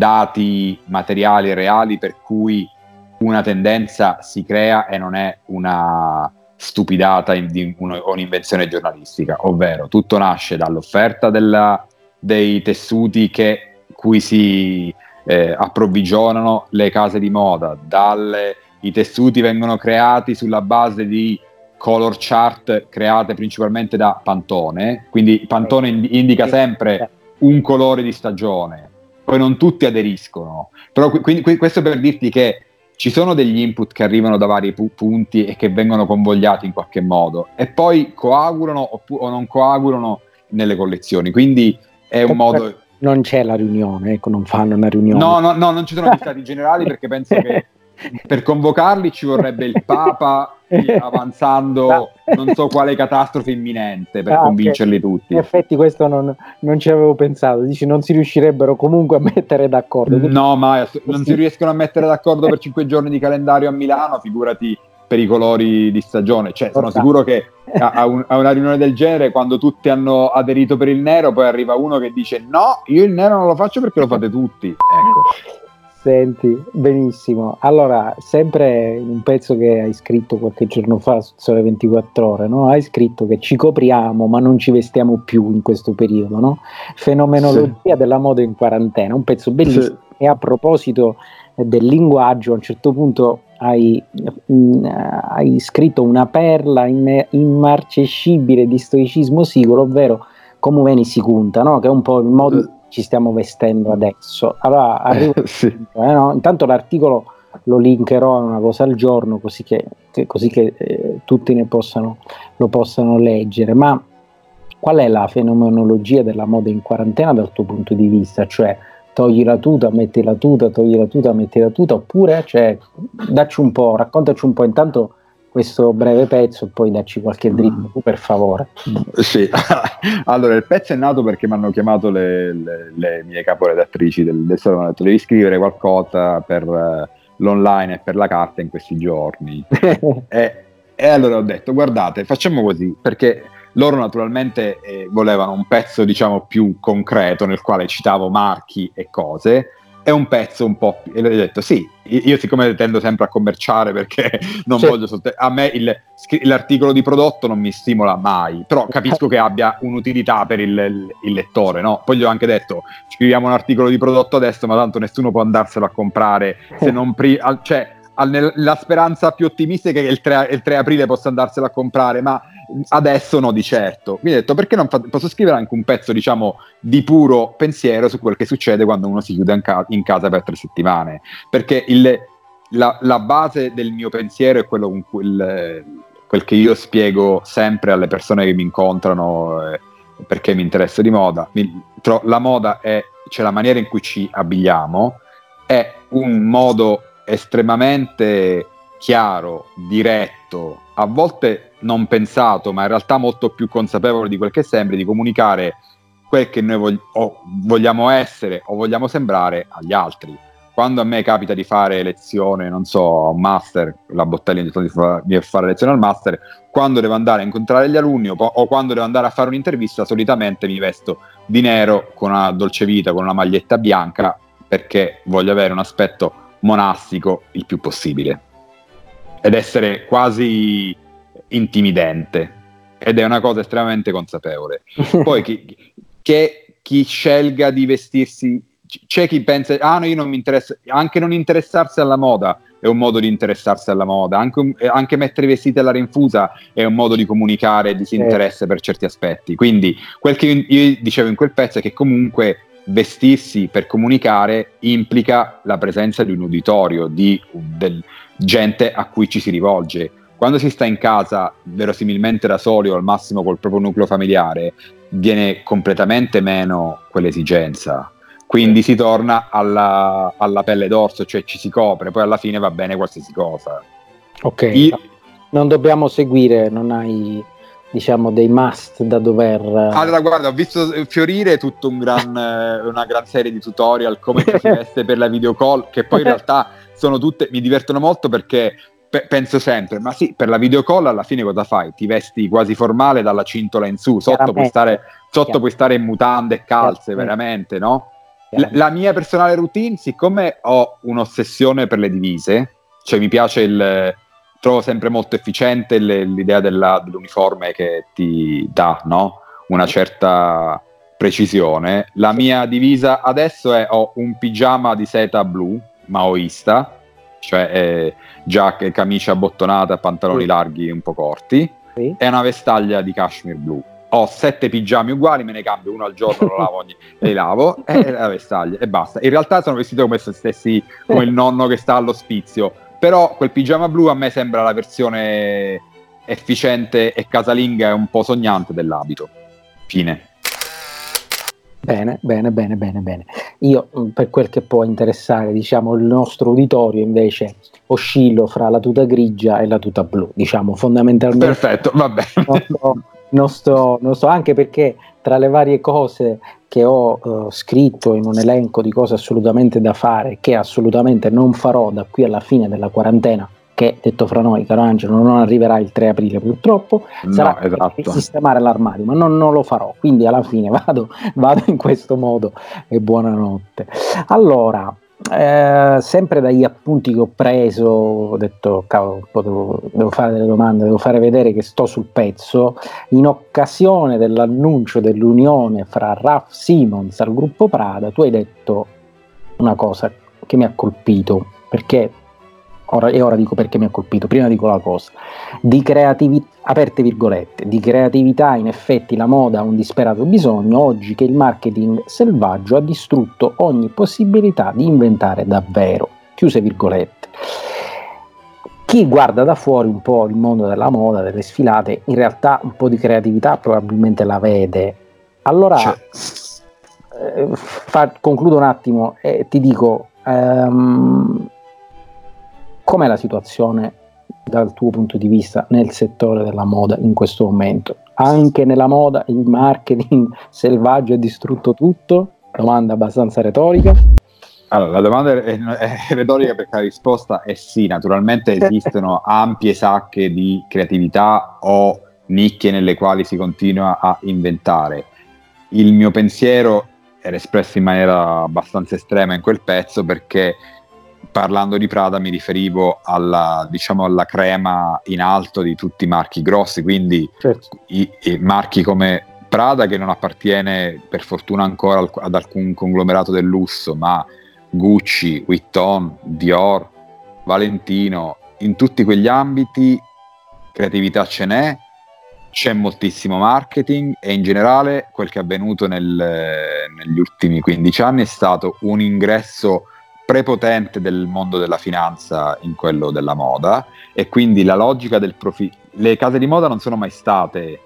dati materiali reali per cui una tendenza si crea e non è una stupidata di un, un'invenzione giornalistica, ovvero tutto nasce dall'offerta della, dei tessuti che cui si eh, approvvigionano le case di moda, dalle, i tessuti vengono creati sulla base di color chart create principalmente da Pantone, quindi Pantone ind- indica sempre un colore di stagione, poi non tutti aderiscono, però quindi, quindi questo per dirti che ci sono degli input che arrivano da vari pu- punti e che vengono convogliati in qualche modo e poi coagulano oppu- o non coagulano nelle collezioni, quindi è un modo... Non c'è la riunione, ecco, non fanno una riunione. No, no, no, non ci sono gli stati generali perché penso che per convocarli ci vorrebbe il Papa avanzando non so quale catastrofe imminente per ah, convincerli okay. tutti. In effetti questo non, non ci avevo pensato, dici non si riuscirebbero comunque a mettere d'accordo. No, mai, non si riescono a mettere d'accordo per cinque giorni di calendario a Milano, figurati per i colori di stagione. Cioè, sono sicuro che a, a, un, a una riunione del genere, quando tutti hanno aderito per il nero, poi arriva uno che dice no, io il nero non lo faccio perché lo fate tutti. Ecco. Senti, benissimo. Allora, sempre in un pezzo che hai scritto qualche giorno fa su Sole ventiquattro Ore, no? Hai scritto che ci copriamo ma non ci vestiamo più in questo periodo, no? Fenomenologia sì. della moda in quarantena, un pezzo bellissimo. Sì. E a proposito del linguaggio, a un certo punto hai, mh, hai scritto una perla in, immarcescibile di stoicismo sicuro, ovvero come veni si conta, no? Che è un po' il modo in ci stiamo vestendo adesso. Allora arrivo eh, sì. eh, no? Intanto l'articolo lo linkerò a Una Cosa al Giorno così che, che, così che eh, tutti ne possano, lo possano leggere. Ma qual è la fenomenologia della moda in quarantena dal tuo punto di vista? Cioè togli la tuta, metti la tuta, togli la tuta, metti la tuta, oppure cioè, dacci un po', raccontaci un po' intanto questo breve pezzo e poi dacci qualche dritto, tu, per favore. Sì, allora il pezzo è nato perché mi hanno chiamato le, le, le mie caporedattrici del, del Sole, mi hanno detto devi scrivere qualcosa per uh, l'online e per la carta in questi giorni. e, e allora ho detto guardate, facciamo così, perché loro naturalmente eh, volevano un pezzo diciamo più concreto nel quale citavo marchi e cose, è un pezzo un po' più, e le ho detto sì, io siccome tendo sempre a commerciare perché non Sì. voglio soltanto, a me il, l'articolo di prodotto non mi stimola mai, però capisco che abbia un'utilità per il, il lettore, no? Poi gli ho anche detto scriviamo un articolo di prodotto adesso, ma tanto nessuno può andarselo a comprare se non prima, cioè la speranza più ottimistica è che il tre, il tre aprile possa andarselo a comprare, ma adesso no di certo. Mi ho detto perché non fa, posso scrivere anche un pezzo diciamo di puro pensiero su quel che succede quando uno si chiude in, ca- in casa per tre settimane, perché il, la, la base del mio pensiero è quello con cui il, quel che io spiego sempre alle persone che mi incontrano eh, perché mi interessa di moda. Mi, tro, la moda è, cioè la maniera in cui ci abbigliamo è un modo estremamente chiaro, diretto, a volte non pensato, ma in realtà molto più consapevole di quel che sembri, di comunicare quel che noi vog- o vogliamo essere o vogliamo sembrare agli altri. Quando a me capita di fare lezione, non so, un master, la bottaglia di fa- di fare lezione al master, quando devo andare a incontrare gli alunni o, po- o quando devo andare a fare un'intervista, solitamente mi vesto di nero con una dolce vita, con una maglietta bianca, perché voglio avere un aspetto monastico il più possibile ed essere quasi intimidente, ed è una cosa estremamente consapevole. Poi chi, che chi scelga di vestirsi, c'è chi pensa ah no, io non mi interessa, anche non interessarsi alla moda è un modo di interessarsi alla moda, anche, anche mettere i vestiti alla rinfusa è un modo di comunicare disinteresse eh. per certi aspetti. Quindi quel che io dicevo in quel pezzo è che comunque vestirsi per comunicare implica la presenza di un uditorio, di del, gente a cui ci si rivolge. Quando si sta in casa verosimilmente da soli o al massimo col proprio nucleo familiare, viene completamente meno quell'esigenza, quindi sì. Si torna alla, alla pelle d'orso, cioè ci si copre, poi alla fine va bene qualsiasi cosa. Ok, io... non dobbiamo seguire, non hai diciamo dei must da dover... Allora guarda, ho visto fiorire tutta un gran, una gran serie di tutorial come ci si veste per la video call, che poi in realtà sono tutte, mi divertono molto perché pe- penso sempre, ma sì, per la video call alla fine cosa fai? Ti vesti quasi formale dalla cintola in su, sotto puoi stare, sotto puoi stare in mutande e calze, veramente, no? La, la mia personale routine, siccome ho un'ossessione per le divise, cioè mi piace il... trovo sempre molto efficiente le, l'idea della, dell'uniforme che ti dà, no? Una certa precisione. La mia divisa adesso è ho un pigiama di seta blu maoista, cioè eh, giacca e camicia abbottonata, pantaloni sì. larghi un po' corti, sì. e una vestaglia di cashmere blu. Ho sette pigiami uguali, me ne cambio uno al giorno, lo lavo ogni, e li lavo, e la vestaglia, e basta. In realtà sono vestito come se stessi come il nonno che sta all'ospizio, però quel pigiama blu a me sembra la versione efficiente e casalinga e un po' sognante dell'abito. Fine. Bene, bene, bene, bene, bene. Io, per quel che può interessare, diciamo, il nostro uditorio invece oscillo fra la tuta grigia e la tuta blu, diciamo, fondamentalmente. Perfetto, va bene. Non sto, non sto, non sto, anche perché tra le varie cose che ho uh, scritto in un elenco di cose assolutamente da fare, che assolutamente non farò da qui alla fine della quarantena, che detto fra noi, caro Angelo, non arriverà il tre aprile purtroppo, no, sarà esatto. sistemare l'armadio, ma non, non lo farò, quindi alla fine vado, vado in questo modo e buonanotte. Allora, eh, sempre dagli appunti che ho preso, ho detto cavolo, devo, devo fare delle domande, devo fare vedere che sto sul pezzo. In occasione dell'annuncio dell'unione fra Raf Simons al gruppo Prada, tu hai detto una cosa che mi ha colpito, perché ora, e ora dico perché mi ha colpito, prima dico la cosa, di creatività, aperte virgolette, di creatività in effetti la moda ha un disperato bisogno, oggi che il marketing selvaggio ha distrutto ogni possibilità di inventare davvero, chiuse virgolette. Chi guarda da fuori un po' il mondo della moda, delle sfilate, in realtà un po' di creatività probabilmente la vede. Allora, cioè. eh, fa, concludo un attimo e ti dico, ehm, com'è la situazione dal tuo punto di vista nel settore della moda in questo momento? Anche nella moda il marketing selvaggio ha distrutto tutto? Domanda abbastanza retorica. Allora, la domanda è, è retorica perché la risposta è sì. Naturalmente esistono ampie sacche di creatività o nicchie nelle quali si continua a inventare. Il mio pensiero era espresso in maniera abbastanza estrema in quel pezzo, perché parlando di Prada mi riferivo alla, diciamo, alla crema in alto di tutti i marchi grossi, quindi certo. i, i marchi come Prada, che non appartiene per fortuna ancora al, ad alcun conglomerato del lusso, ma Gucci, Vuitton, Dior, Valentino, in tutti quegli ambiti creatività ce n'è, c'è moltissimo marketing, e in generale quel che è avvenuto nel, negli ultimi quindici anni è stato un ingresso prepotente del mondo della finanza in quello della moda, e quindi la logica del profitto. Le case di moda non sono mai state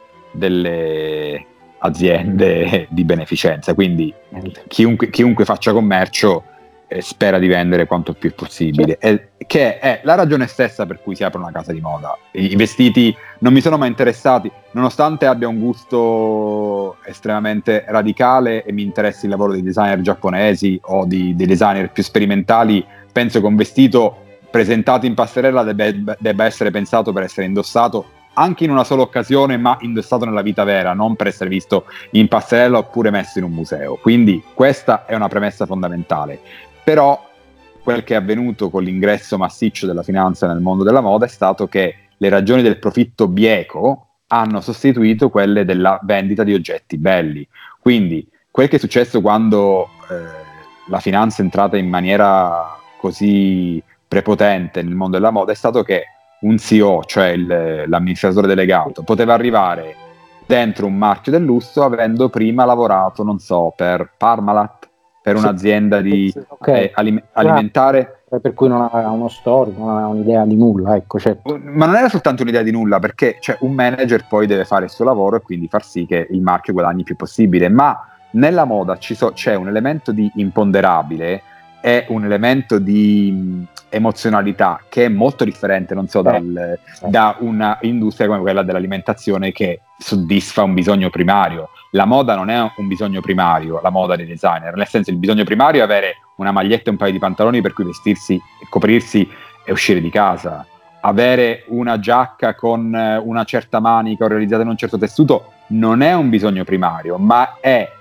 delle aziende di beneficenza, quindi chiunque, chiunque faccia commercio eh, spera di vendere quanto più possibile, e, che è la ragione stessa per cui si apre una casa di moda. I, i vestiti non mi sono mai interessati, nonostante abbia un gusto estremamente radicale e mi interessi il lavoro dei designer giapponesi o di, dei designer più sperimentali. Penso che un vestito presentato in passerella debba, debba essere pensato per essere indossato anche in una sola occasione, ma indossato nella vita vera, non per essere visto in passerella oppure messo in un museo. Quindi questa è una premessa fondamentale. Però quel che è avvenuto con l'ingresso massiccio della finanza nel mondo della moda è stato che le ragioni del profitto bieco hanno sostituito quelle della vendita di oggetti belli. Quindi quel che è successo quando eh, la finanza è entrata in maniera così prepotente nel mondo della moda è stato che un C E O, cioè il, l'amministratore delegato, poteva arrivare dentro un marchio del lusso avendo prima lavorato, non so, per Parmalat, per un'azienda di okay. eh, alim- alimentare, per cui non aveva uno storico, non aveva un'idea di nulla, ecco, certo. Ma non era soltanto un'idea di nulla, perché cioè, un manager poi deve fare il suo lavoro e quindi far sì che il marchio guadagni il più possibile, ma nella moda ci so- c'è un elemento di imponderabile, è un elemento di mh, emozionalità che è molto differente, non so, dal, eh. da una industria come quella dell'alimentazione che soddisfa un bisogno primario. La moda non è un bisogno primario, la moda dei designer, nel senso il bisogno primario è avere una maglietta e un paio di pantaloni per cui vestirsi, coprirsi e uscire di casa. Avere una giacca con una certa manica o realizzata in un certo tessuto non è un bisogno primario, ma è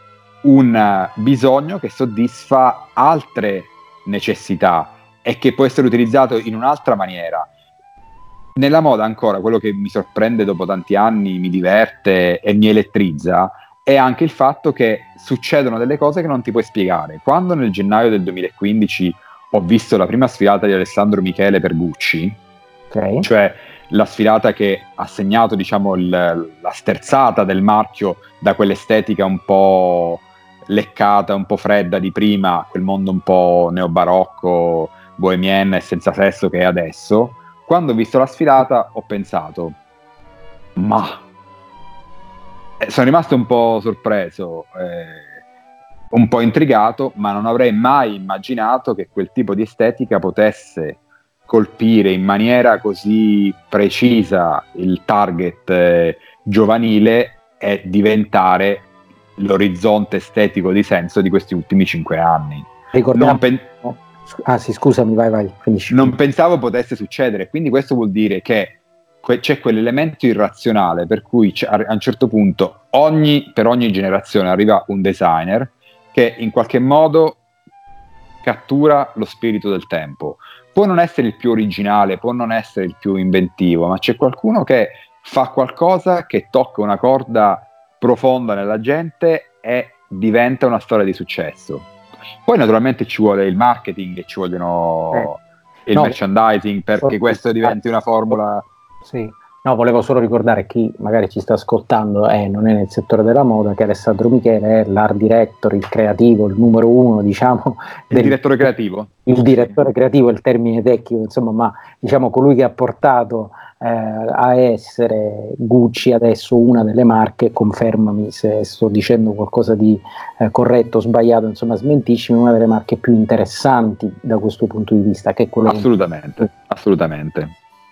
un bisogno che soddisfa altre necessità e che può essere utilizzato in un'altra maniera. Nella moda ancora quello che mi sorprende dopo tanti anni, mi diverte e mi elettrizza è anche il fatto che succedono delle cose che non ti puoi spiegare. Quando nel gennaio del duemilaquindici ho visto la prima sfilata di Alessandro Michele per Gucci, okay. cioè la sfilata che ha segnato, diciamo, il, la sterzata del marchio da quell'estetica un po' leccata, un po' fredda di prima, quel mondo un po' neobarocco, bohemienne e senza sesso che è adesso. Quando ho visto la sfilata ho pensato, ma eh, sono rimasto un po' sorpreso, eh, un po' intrigato, ma non avrei mai immaginato che quel tipo di estetica potesse colpire in maniera così precisa il target eh, giovanile e diventare l'orizzonte estetico di senso di questi ultimi cinque anni. Ricordiamo... Non pen- ah sì, scusami, vai, vai, finisci. Non pensavo potesse succedere, quindi questo vuol dire che que- c'è quell'elemento irrazionale per cui a un certo punto ogni, per ogni generazione arriva un designer che in qualche modo cattura lo spirito del tempo. Può non essere il più originale, può non essere il più inventivo, ma c'è qualcuno che fa qualcosa che tocca una corda profonda nella gente e diventa una storia di successo. Poi naturalmente ci vuole il marketing e ci vogliono eh. il no, merchandising perché questo diventi una formula. Sì. No, volevo solo ricordare chi magari ci sta ascoltando e non è nel settore della moda che Alessandro Michele è l'art director, il creativo, il numero uno, diciamo. Il del, direttore creativo? Il direttore creativo è il termine tecnico, insomma, ma diciamo colui che ha portato eh, a essere Gucci adesso una delle marche, confermami se sto dicendo qualcosa di eh, corretto o sbagliato, insomma smentiscimi, una delle marche più interessanti da questo punto di vista, che è quello assolutamente, che... assolutamente.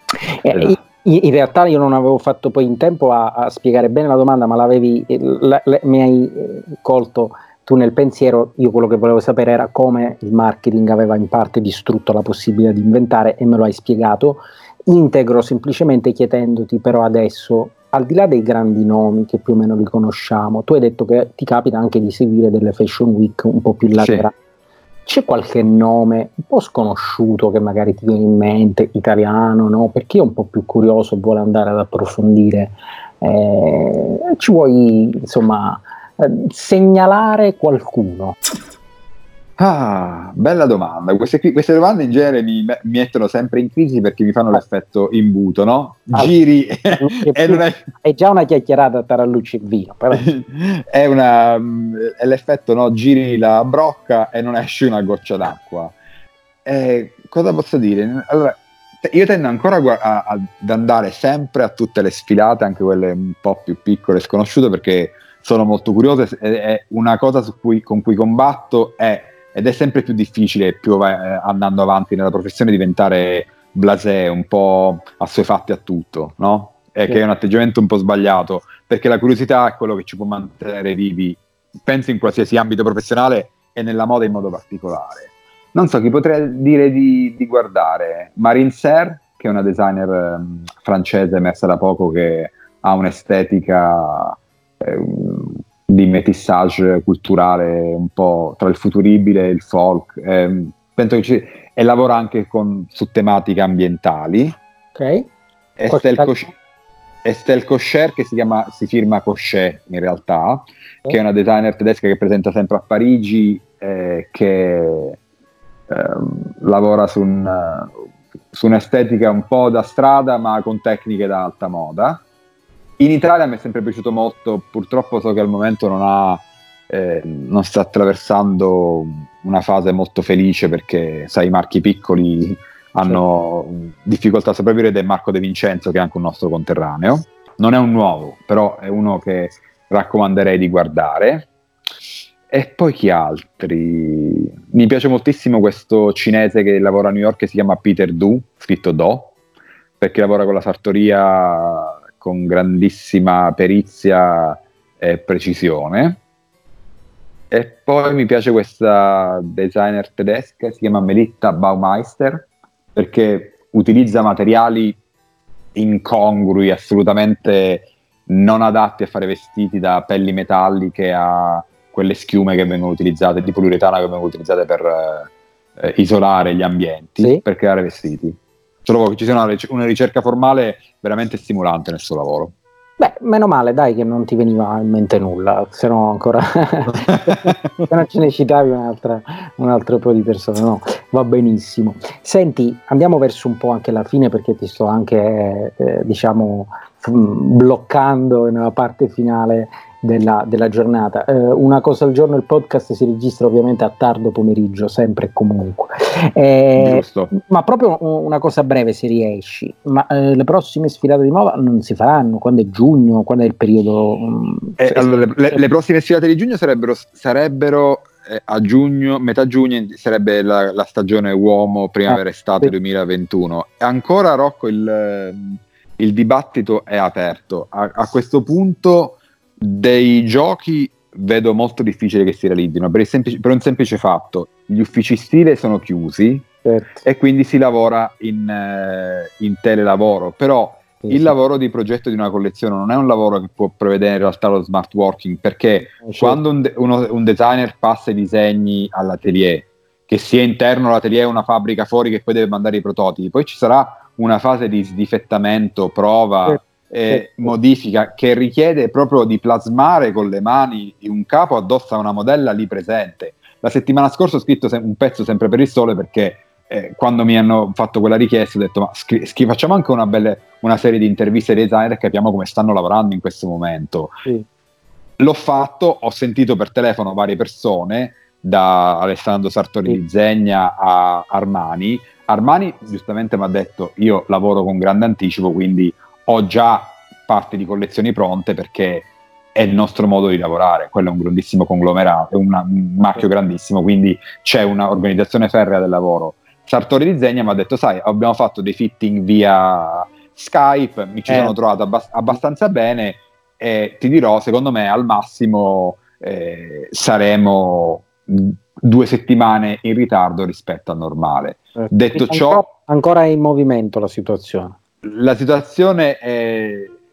Eh, in, in realtà io non avevo fatto poi in tempo a, a spiegare bene la domanda, ma l'avevi, la, la, mi hai colto tu nel pensiero. Io quello che volevo sapere era come il marketing aveva in parte distrutto la possibilità di inventare, e me lo hai spiegato. Integro semplicemente chiedendoti però adesso, al di là dei grandi nomi che più o meno li conosciamo, tu hai detto che ti capita anche di seguire delle fashion week un po' più laterali. Sì. C'è qualche nome un po' sconosciuto che magari ti viene in mente, italiano, no? Per chi è un po' più curioso e vuole andare ad approfondire, eh, ci vuoi insomma eh, segnalare qualcuno? Ah, bella domanda. Queste, qui, queste domande in genere mi, mi mettono sempre in crisi perché mi fanno l'effetto imbuto, no? Giri e non è... è già una chiacchierata a tarallucci e vino, però. è, una, è l'effetto, no? Giri la brocca e non esce una goccia d'acqua. Eh, cosa posso dire? Allora, io tendo ancora a, a, ad andare sempre a tutte le sfilate, anche quelle un po' più piccole e sconosciute, perché sono molto curioso. È una cosa su cui, con cui combatto è ed è sempre più difficile, più vai, eh, andando avanti nella professione, diventare blasé, un po' assuefatti a tutto, no? E sì. Che è un atteggiamento un po' sbagliato, perché la curiosità è quello che ci può mantenere vivi, penso in qualsiasi ambito professionale e nella moda in modo particolare. Non so, chi potrei dire di, di guardare? Marine Serre, che è una designer eh, francese emersa da poco, che ha un'estetica... Eh, di métissage culturale un po' tra il futuribile e il folk, eh, penso che ci, e lavora anche con, su tematiche ambientali. Ok. Estelle Cochet, Estelle Cochet, che si chiama, si firma Cochet in realtà, okay. Che è una designer tedesca che presenta sempre a Parigi, eh, che eh, lavora su, un, su un'estetica un po' da strada ma con tecniche da alta moda. In Italia mi è sempre piaciuto molto, purtroppo so che al momento non ha eh, non sta attraversando una fase molto felice, perché sai, i marchi piccoli hanno sì. difficoltà a sopravvivere, ed è Marco De Vincenzo, che è anche un nostro conterraneo. Non è un nuovo, però è uno che raccomanderei di guardare. E poi chi altri? Mi piace moltissimo questo cinese che lavora a New York, che si chiama Peter Du, scritto Do, perché lavora con la sartoria con grandissima perizia e precisione. E poi mi piace questa designer tedesca, si chiama Melitta Baumeister, perché utilizza materiali incongrui, assolutamente non adatti a fare vestiti, da pelli metalliche a quelle schiume che vengono utilizzate, di poliuretano, che vengono utilizzate per eh, isolare gli ambienti, sì. per creare vestiti. Trovo che ci sia una, una ricerca formale veramente stimolante nel suo lavoro. Beh, meno male, dai, che non ti veniva in mente nulla, se no ancora se non ce ne citavi un'altra, un altro po' di persone, no, va benissimo. Senti, andiamo verso un po' anche la fine, perché ti sto anche, eh, diciamo, f- bloccando nella parte finale della, della giornata. Eh, una cosa al giorno, il podcast si registra ovviamente a tardo pomeriggio, sempre e comunque. Eh, Giusto. Ma proprio una cosa breve, se riesci. Ma eh, le prossime sfilate di moda non si faranno? Quando è giugno? Quando è il periodo? Um, eh, allora, le, le, le prossime sfilate di giugno sarebbero, sarebbero eh, a giugno, metà giugno sarebbe la, la stagione uomo primavera-estate eh, duemilaventuno. Ancora, Rocco, il, il dibattito è aperto. A, a questo punto dei giochi vedo molto difficile che si realizzino, per, il semplice, per un semplice fatto: gli uffici stile sono chiusi, certo. E quindi si lavora in, eh, in telelavoro, però sì, il sì. lavoro di progetto di una collezione non è un lavoro che può prevedere in realtà lo smart working, perché certo. quando un, de- uno, un designer passa i disegni all'atelier, che sia interno all'atelier o una fabbrica fuori che poi deve mandare i prototipi, poi ci sarà una fase di sdifettamento, prova certo. e sì. modifica, che richiede proprio di plasmare con le mani un capo addosso a una modella lì presente. La settimana scorsa ho scritto un pezzo sempre per il Sole, perché eh, quando mi hanno fatto quella richiesta ho detto: ma scri- scri- facciamo anche una, belle, una serie di interviste ai designer e capiamo come stanno lavorando in questo momento. Sì. L'ho fatto, ho sentito per telefono varie persone, da Alessandro Sartori sì. di Zegna a Armani. Armani giustamente mi ha detto: io lavoro con grande anticipo, quindi ho già parte di collezioni pronte, perché è il nostro modo di lavorare. Quello è un grandissimo conglomerato, è una, un marchio grandissimo, quindi c'è un'organizzazione ferrea del lavoro. Sartori Disegna mi ha detto, sai, abbiamo fatto dei fitting via Skype, mi ci eh. sono trovato abbast- abbastanza bene e ti dirò, secondo me al massimo eh, saremo due settimane in ritardo rispetto al normale. Eh. Detto ancora, ciò, ancora è in movimento la situazione. La situazione è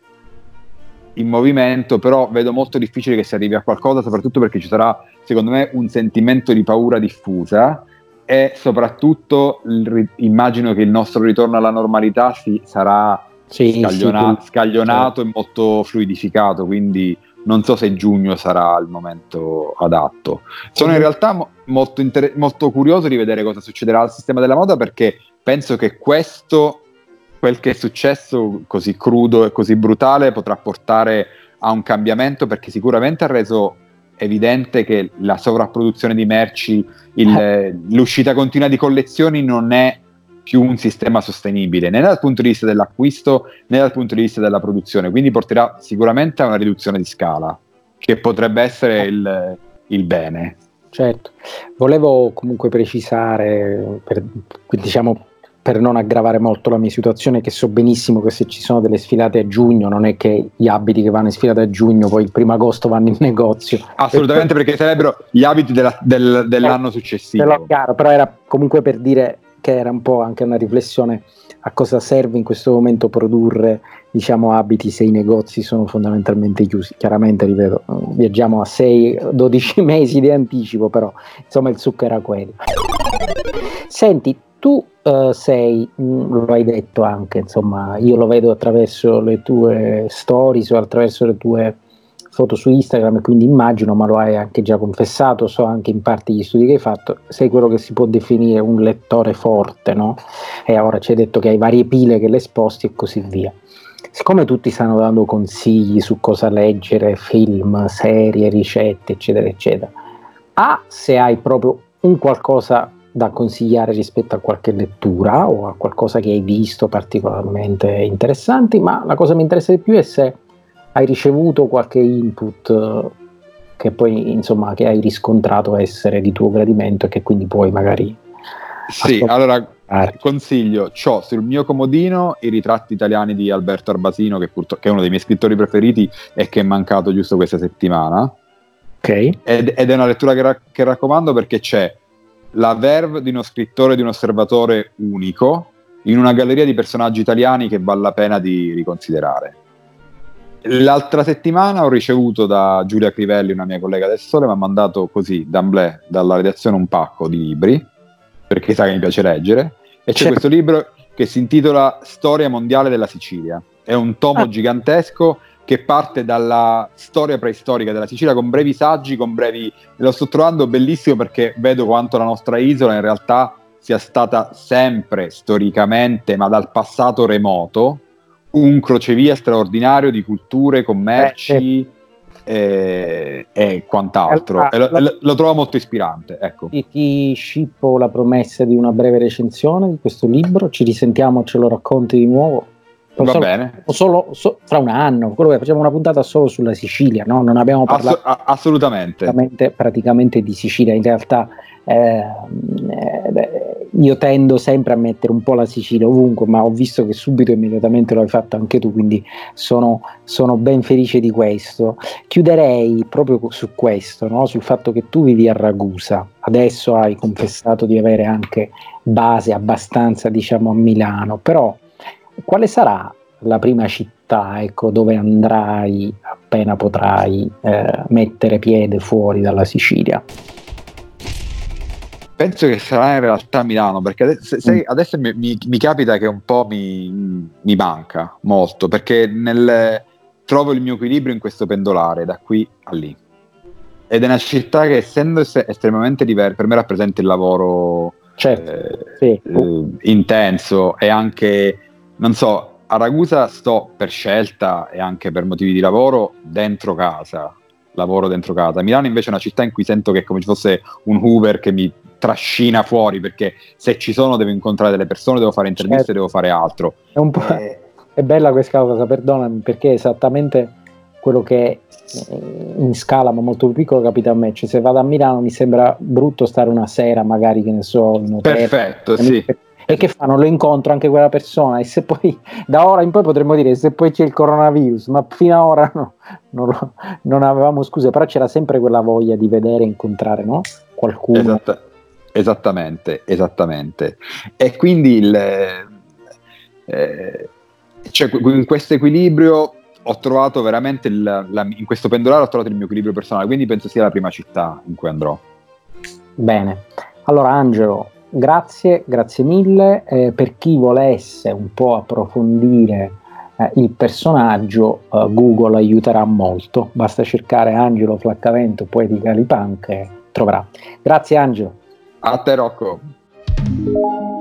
in movimento, però vedo molto difficile che si arrivi a qualcosa, soprattutto perché ci sarà, secondo me, un sentimento di paura diffusa e soprattutto il, immagino che il nostro ritorno alla normalità si, sarà sì, scagliona, sì, scaglionato sì. e molto fluidificato, quindi non so se giugno sarà il momento adatto. Sono in realtà mo- molto, inter- molto curioso di vedere cosa succederà al sistema della moda, perché penso che questo, quel che è successo così crudo e così brutale, potrà portare a un cambiamento, perché sicuramente ha reso evidente che la sovrapproduzione di merci, il, l'uscita continua di collezioni non è più un sistema sostenibile né dal punto di vista dell'acquisto né dal punto di vista della produzione, quindi porterà sicuramente a una riduzione di scala che potrebbe essere il, il bene. Certo, volevo comunque precisare, per, diciamo, per non aggravare molto la mia situazione, che so benissimo che se ci sono delle sfilate a giugno non è che gli abiti che vanno in sfilata a giugno poi il primo agosto vanno in negozio. Assolutamente, poi, perché sarebbero gli abiti della, del, dell'anno successivo. Chiaro, però era comunque per dire che era un po' anche una riflessione a cosa serve in questo momento produrre, diciamo, abiti se i negozi sono fondamentalmente chiusi. Chiaramente, ripeto, viaggiamo a sei dodici mesi di anticipo, però insomma il succo era quello. Senti, tu uh, sei, mh, lo hai detto anche, insomma, io lo vedo attraverso le tue stories o attraverso le tue foto su Instagram, e quindi immagino, ma lo hai anche già confessato, so anche in parte gli studi che hai fatto, sei quello che si può definire un lettore forte, no? E ora ci hai detto che hai varie pile che le sposti e così via. Siccome tutti stanno dando consigli su cosa leggere, film, serie, ricette, eccetera, eccetera, A, se hai proprio un qualcosa da consigliare rispetto a qualche lettura o a qualcosa che hai visto particolarmente interessante, ma la cosa che mi interessa di più è se hai ricevuto qualche input che poi, insomma, che hai riscontrato essere di tuo gradimento e che quindi puoi magari... Sì, allora consiglio, c'ho sul mio comodino i ritratti italiani di Alberto Arbasino, che, purtroppo, che è uno dei miei scrittori preferiti e che è mancato giusto questa settimana. Ok. Ed, ed è una lettura che, ra- che raccomando, perché c'è la verve di uno scrittore, di un osservatore unico, in una galleria di personaggi italiani che vale la pena di riconsiderare. L'altra settimana ho ricevuto da Giulia Crivelli, una mia collega del Sole, mi ha mandato così, d'amblè, dalla redazione un pacco di libri, perché sa che mi piace leggere, e c'è, c'è questo libro che si intitola Storia mondiale della Sicilia. È un tomo ah. gigantesco che parte dalla storia preistorica della Sicilia, con brevi saggi, con brevi... Lo sto trovando bellissimo, perché vedo quanto la nostra isola in realtà sia stata sempre, storicamente, ma dal passato remoto, un crocevia straordinario di culture, commerci eh, e, e quant'altro. Allora, e lo, lo, lo trovo molto ispirante. Ecco. Ti, ti scippo la promessa di una breve recensione di questo libro, ci risentiamo, ce lo racconti di nuovo. Va solo, bene. Solo, so, fra un anno, quello che facciamo una puntata solo sulla Sicilia, no? Non abbiamo parlato Assu- assolutamente. Praticamente, praticamente di Sicilia. In realtà eh, eh, io tendo sempre a mettere un po' la Sicilia ovunque, ma ho visto che subito immediatamente lo hai fatto anche tu, quindi sono, sono ben felice di questo. Chiuderei proprio su questo, no? Sul fatto che tu vivi a Ragusa, adesso hai confessato di avere anche base abbastanza, diciamo, a Milano, però quale sarà la prima città, ecco, dove andrai appena potrai eh, mettere piede fuori dalla Sicilia? Penso che sarà in realtà Milano, perché adesso, se, adesso mi, mi, mi capita che un po' mi, mi manca molto, perché nel, trovo il mio equilibrio in questo pendolare da qui a lì, ed è una città che, essendo estremamente diversa, per me rappresenta il lavoro certo, eh, sì. eh, intenso, e anche, non so, a Ragusa sto per scelta e anche per motivi di lavoro dentro casa, lavoro dentro casa. Milano invece è una città in cui sento che è come se fosse un Hoover che mi trascina fuori, perché se ci sono devo incontrare delle persone, devo fare interviste, certo. Devo fare altro. È un po', eh, è bella questa cosa, perdonami, perché esattamente quello che in scala ma molto più piccolo capita a me, cioè se vado a Milano mi sembra brutto stare una sera magari, che ne so, in hotel. Perfetto, sì. E che fanno? Lo incontro anche quella persona, e se poi da ora in poi potremmo dire se poi c'è il coronavirus, ma fino ad ora no, non, lo, non avevamo scuse, però c'era sempre quella voglia di vedere e incontrare, no? Qualcuno. Esatta, esattamente, esattamente. E quindi il, eh, cioè, in questo equilibrio ho trovato veramente il, la, in questo pendolare ho trovato il mio equilibrio personale, quindi penso sia la prima città in cui andrò. Bene, allora Angelo, grazie, grazie mille. Eh, per chi volesse un po' approfondire eh, il personaggio, eh, Google aiuterà molto, basta cercare Angelo Flaccavento Poetically Punk e troverà. Grazie Angelo. A te Rocco.